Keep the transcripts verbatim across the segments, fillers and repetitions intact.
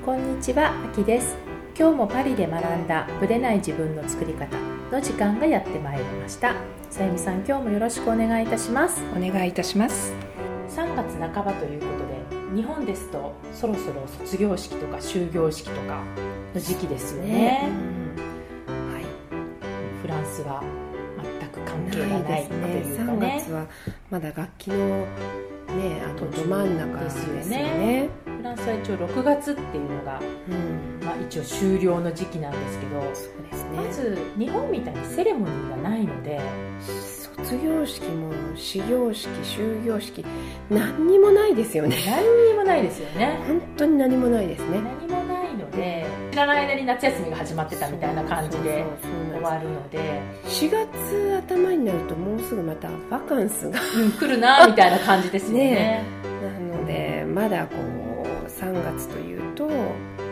こんにちは、あきです。今日もパリで学んだぶれない自分の作り方の時間がやってまいりました。さゆみさん、今日もよろしくお願いいたします。 お願いいたします。 さんがつなかばということで、日本ですとそろそろ卒業式とか終業式とかの時期ですよね。ね、うん、はい、フランスは全く関係がないというかね。 さんがつはまだ楽器のね、あのど真ん中ですよね。 フランスは一応ろくがつっていうのが、うんまあ、一応終了の時期なんですけど、そうですね、まず日本みたいにセレモニーがないので、 卒業式も始業式、終業式、何にもないですよね。 何にもないですよね。 本当に何もないですね。 何もないので、知らない間に夏休みが始まってたみたいな感じで終わるので、 しがつ頭になるともうすぐまたバカンスが、 うん、来るなみたいな感じですよね。 ね、なのでまだこうさんがつというと、まあ、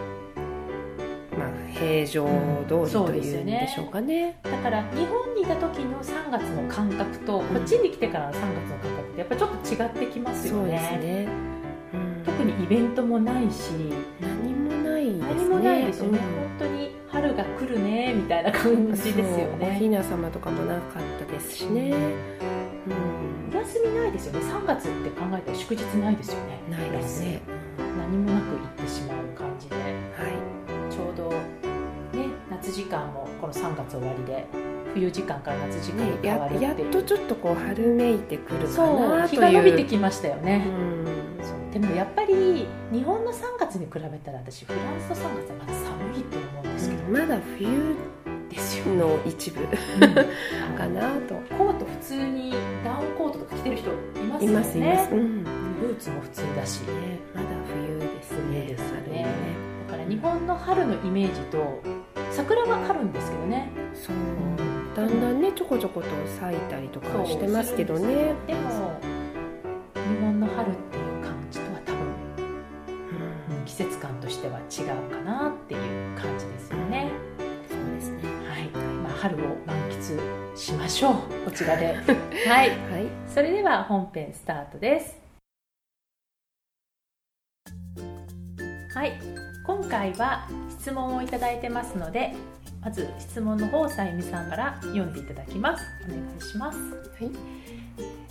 平常通りというんでしょうかね。 うん、だから日本にいた時のさんがつの感覚と、うん、こっちに来てからのさんがつの感覚ってやっぱりちょっと違ってきますよね。 そうですね、 うん、特にイベントもないし、 何もないですね。 何もないですよね、うん、本当に春が来るねみたいな感じですよね。 おひな様とかもなかったですしね。 うん、お休みないですよね。さんがつって考えたら祝日ないですよね。 ないですね。 何もなく行ってしまう感じで、はい、ちょうど、ね、夏時間もこのさんがつ終わりで冬時間から夏時間に変わるっていう、 ね、や, やっとちょっとこう春めいてくるかなという、 日が伸びてきましたよね。うん、そうでもやっぱり日本のさんがつに比べたら私フランスのさんがつはまだ寒いと思うんですけど、 うん、まだ冬ですよの一部、うん、かなと。 コート普通にダウンコートとか着てる人いますよね。 いますいます、うん、 ブーツも普通だし、ね、 まだ冬ですね。 冬ですよね。だから日本の春のイメージと桜はあるんですけどね。 そう、だんだんねちょこちょこと咲いたりとかしてますけどね。 でも日本の春っていう感じとは多分、うん、季節感としては違うかなっていう感じですよね。 そうですね、 はい、まあ、春を満喫しましょう、こちらではい、はい、それでは本編スタートです。はい、今回は質問をいただいてますので、まず質問の方をさゆみさんから読んでいただきます。お願いします。 はい、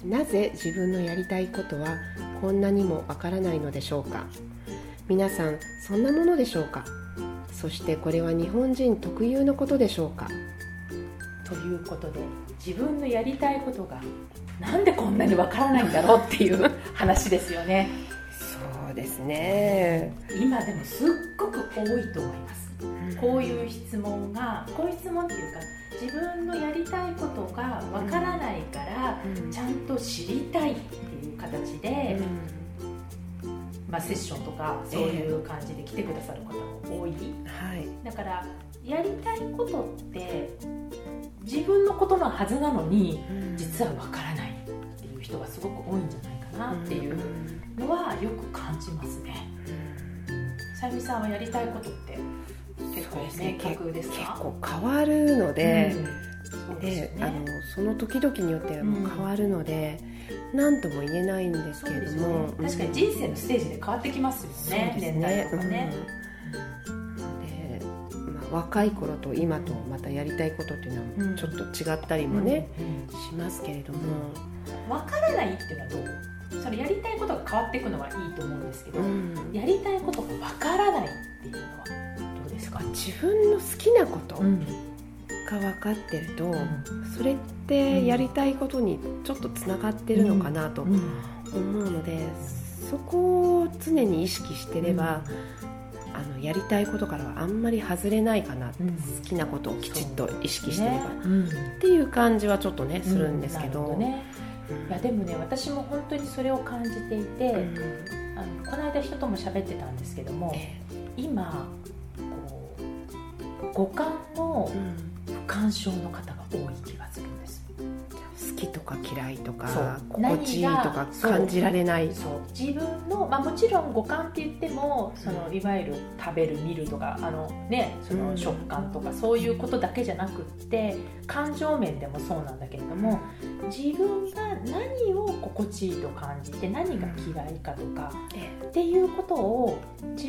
なぜ自分のやりたいことはこんなにもわからないのでしょうか。皆さんそんなものでしょうか。そしてこれは日本人特有のことでしょうか。 ということで、自分のやりたいことがなんでこんなにわからないんだろうっていう話ですよね。 そうですね。 今でもすっごく多いと思います、うん、こういう質問が、こういう質問っていうか、自分のやりたいことがわからないから、うん、ちゃんと知りたいっていう形で、うんまあ、セッションとかそういう感じで来てくださる方も多い、えーはい、だからやりたいことって自分のことのはずなのに、うん、実はわからないっていう人がすごく多いんじゃないかなっていうのはよく感じますね。さゆみさんはやりたいことって結構明確ですか？ 結構変わるので、うん、で、ね、あのその時々によってはもう変わるので、何、うん、とも言えないんですけれども、 ね、確かに人生のステージで変わってきますよね、 うん、 年代とかね、 うんでまあ、若い頃と今とまたやりたいことっていうのはちょっと違ったりもね、うん、しますけれども、 分からないっていうのはどう？それやりたいことが変わっていくのはいいと思うんですけど、うん、やりたいことが分からないっていうのはどうですか？ 自分の好きなことが分かってると、うん、それってやりたいことにちょっとつながってるのかなと思うので、うんうん、そこを常に意識してれば、うん、あのやりたいことからはあんまり外れないかな、うん、好きなことをきちっと意識してれば、ねうん、っていう感じはちょっとねするんですけど、うんね、 いやでもね、私も本当にそれを感じていて、うん、あのこの間人とも喋ってたんですけども、えー、今こう五感の不干渉の方が多い気がするんです。 好きとか嫌いとか心地いいとか感じられない。 そうそう自分の、まあ、もちろん五感って言ってもそのいわゆる食べる見るとかあの、ね、その食感とかそういうことだけじゃなくって感情面でもそうなんだけれども、自分が何を心地いいと感じて何が嫌いかとかっていうことを自分の中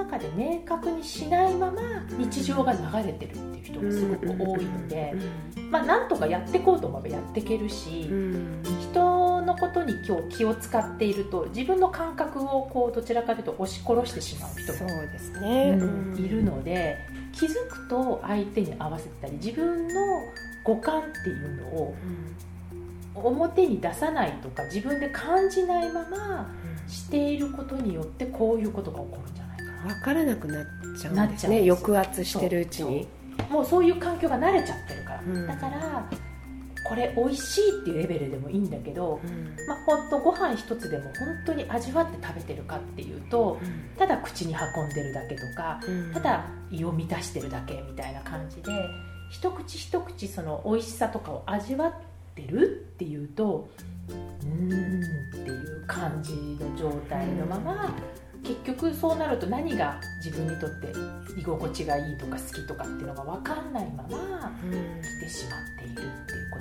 中で明確にしないまま日常が流れてるっていう人がすごく多いので、まあ、なんとかやっていこうと思えばやっていけるし、人のことに今日気を使っていると自分の感覚をこうどちらかというと押し殺してしまう人もそうですね、 うん、いるので、気づくと相手に合わせたり自分の五感っていうのを表に出さないとか自分で感じないまましていることによってこういうことが起こるんじゃないかな。 分からなくなっちゃうんですね、抑圧してるうちに。 もうそういう環境が慣れちゃってるから、 うん、 だからこれ美味しいっていうレベルでもいいんだけど、 うん、 まあ、ほんとご飯一つでも本当に味わって食べてるかっていうと、うん、ただ口に運んでるだけとか、うん、ただ胃を満たしてるだけみたいな感じで一口一口その美味しさとかを味わってるっていうとうーんっていう感じの状態のまま、うん、結局そうなると何が自分にとって居心地がいいとか好きとかっていうのが分かんないまま来てしまっているっていう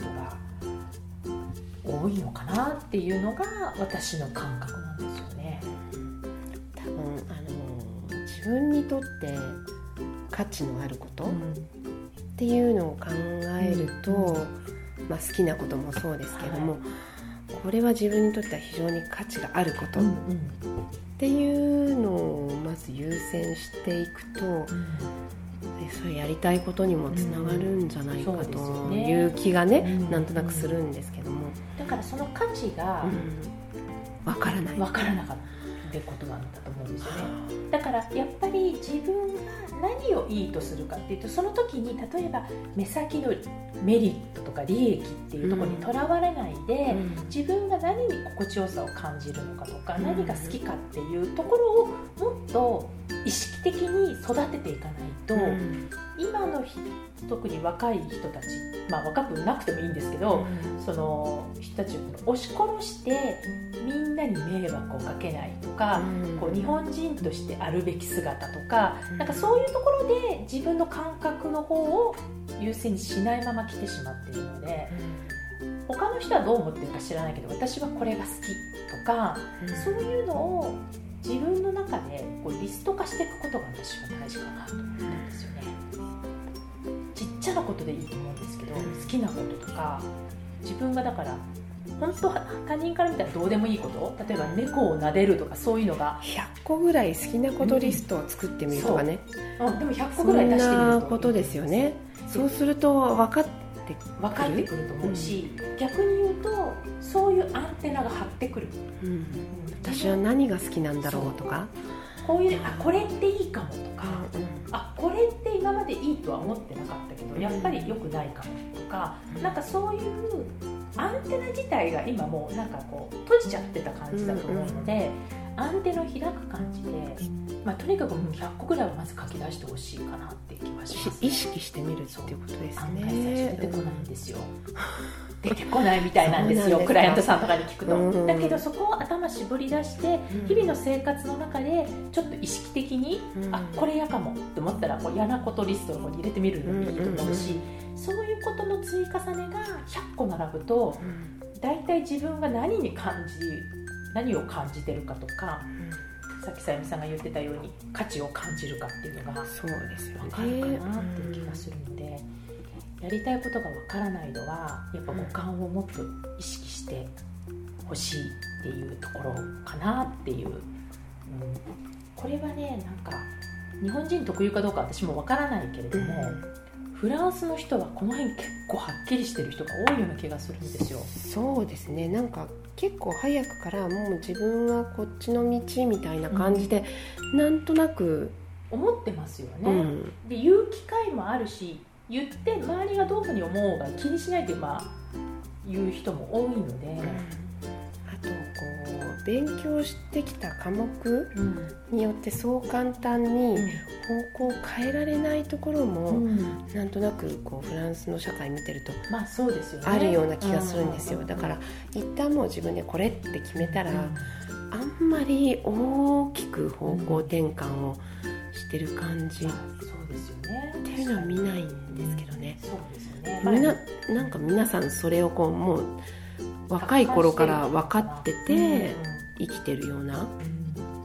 ことが多いのかなっていうのが私の感覚なんですよね。 多分あの自分にとって価値のあること、うん、っていうのを考えると、うんまあ、好きなこともそうですけども、はい、これは自分にとっては非常に価値があること、うんうん、っていうのをまず優先していくと、うん、それやりたいことにもつながるんじゃないかという気がね、うん、なんとなくするんですけども、 だからその価値が、 うん、分からない分からなかったってことなんだと思うんですよね。だからやっぱり自分が何をいいとするかっていうと、その時に例えば目先のメリットとか利益っていうところにとらわれないで、うん、自分が何に心地よさを感じるのかとか、うん、何が好きかっていうところをもっと意識的に育てていかないと、うん、今の特に若い人たち、まあ若くなくてもいいんですけど、うん、その人たちを押し殺してみんなに迷惑をかけないとか、うん、こう日本人としてあるべき姿とか、うん、なんかそういうところで自分の感覚の方を優先にしないまま来てしまっているので、うん、他の人はどう思ってるか知らないけど私はこれが好きとか、うん、そういうのを自分の中でこうリスト化していくことが私は大事かなと思ったんですよね。ちっちゃなことでいいと思うんですけど、好きなこととか自分がだから本当他人から見たらどうでもいいこと、例えば猫を撫でるとかそういうのがひゃっこぐらい好きなことリストを作ってみるとかね、 うん、でもひゃっこぐらい出してみるとそんなことですよね。そうすると分かってくる分かってくると思うし、うん、逆に言うとそういうアンテナが張ってくる、うん、 私は何が好きなんだろうとか、 こういうあこれっていいかもとか、うん、あこれって今までいいとは思ってなかったけどやっぱり良くないかもとか、うん、なんかそういうアンテナ自体が今もうなんかこう閉じちゃってた感じだと思うので、うんうん、アンテナを開く感じで、まあ、とにかくひゃっこぐらいはまず書き出してほしいかなっていう気がします、ね、 意識してみるっていうことですね。 案外最初出てこないんですよ、うん、出てこないみたいなんですよクライアントさんとかに聞くと、うん、だけどそこを頭絞り出して日々の生活の中でちょっと意識的に、うん、あこれ嫌かもって思ったらこう嫌なことリストの方に入れてみるのもいいと思うし、うんうん、そういうことの積み重ねがひゃっこ並ぶと、うん、だいたい自分が何に感じ何を感じてるかとか、うん、さっきさゆみさんが言ってたように価値を感じるかっていうのがそうですよね、 分かるかなっていう気がするので、うん、やりたいことが分からないのはやっぱ五感をもっと意識してほしいっていうところかなっていう、うん、これはねなんか日本人特有かどうか私も分からないけれども、うん、フランスの人はこの辺結構はっきりしてる人が多いような気がするんですよ。 そうですね、なんか結構早くからもう自分はこっちの道みたいな感じで、うん、なんとなく思ってますよね、うん、で言う機会もあるし言って周りがどういうふうに思うが気にしないで、まあ、言う人も多いので、うん、あとこう勉強してきた科目によってそう簡単に方向を変えられないところも、うん、なんとなくこうフランスの社会見てるとあるような気がするんですよ。だから一旦もう自分でこれって決めたら、うん、あんまり大きく方向転換をしてる感じ、うん、そうですよねっていうのは見ないんですけどね。 そうですよね、 みんななんか皆さんそれをこうもう若い頃から分かってて生きてるような感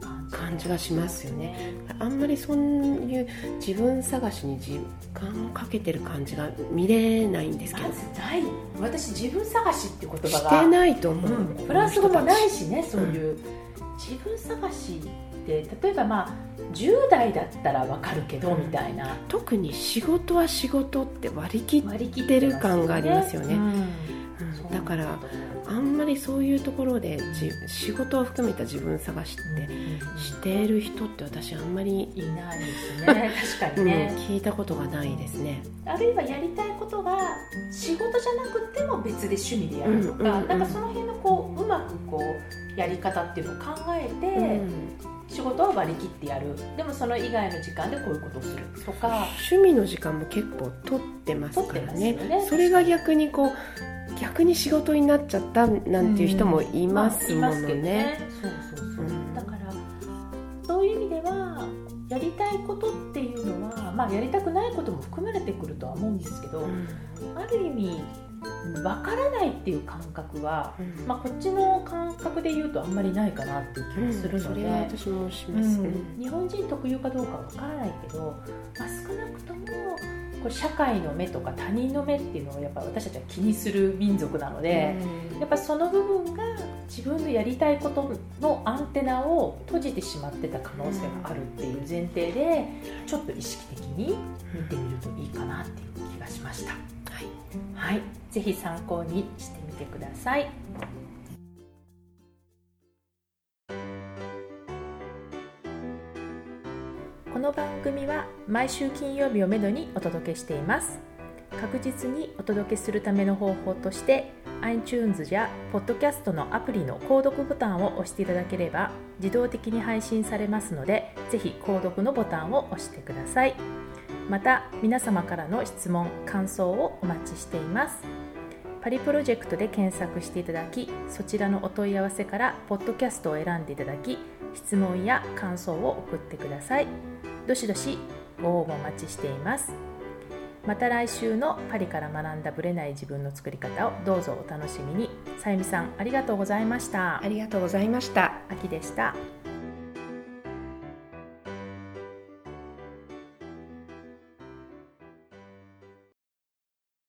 感じがしますよね。あんまりそういう自分探しに時間をかけてる感じが見れないんですけど、 まずない。私自分探しっていう言葉がしてないと思う、うん、 フランス語もないしね、そういう、うん、自分探しって例えばまあじゅう代だったらわかるけど、うん、みたいな、 特に仕事は仕事って割り切ってる感がありますよね。だからあんまりそういうところで仕事を含めた自分探しってしている人って私あんまりいないですね。確かにね、 うん、聞いたことがないですね。 あるいはやりたいことが仕事じゃなくても別で趣味でやるとか、うんうんうん、なんかその辺のこううまくこうやり方っていうのを考えて、うん、仕事は割り切ってやる、でもその以外の時間でこういうことをするとか、 趣味の時間も結構取ってますからね。ね、それが逆にこう逆に仕事になっちゃったなんていう人もいますものね。 だからそういう意味ではやりたいことっていうのは、まあ、やりたくないことも含まれてくるとは思うんですけど、うん、ある意味分からないっていう感覚は、うん、まあ、こっちの感覚で言うとあんまりないかなっていう気がするので、うん、それは私もします、うん、 日本人特有かどうかは分からないけど、まあ、少なくともこれ社会の目とか他人の目っていうのをやっぱ私たちは気にする民族なので、うん、やっぱその部分が自分のやりたいことのアンテナを閉じてしまってた可能性があるっていう前提でちょっと意識的に見てみるといいかなっていう気がしました。はい、はい、ぜひ参考にしてみてください。この番組は毎週金曜日をめどにお届けしています。確実にお届けするための方法として iTunes や Podcast のアプリの購読ボタンを押していただければ自動的に配信されますので、ぜひ購読のボタンを押してください。また皆様からの質問・感想をお待ちしています。パリプロジェクトで検索していただき、そちらのお問い合わせからポッドキャストを選んでいただき、質問や感想を送ってください。どしどしご応募お待ちしています。また来週のパリから学んだブレない自分の作り方をどうぞお楽しみに。さゆみさん、ありがとうございました。 ありがとうございました。 あきでした。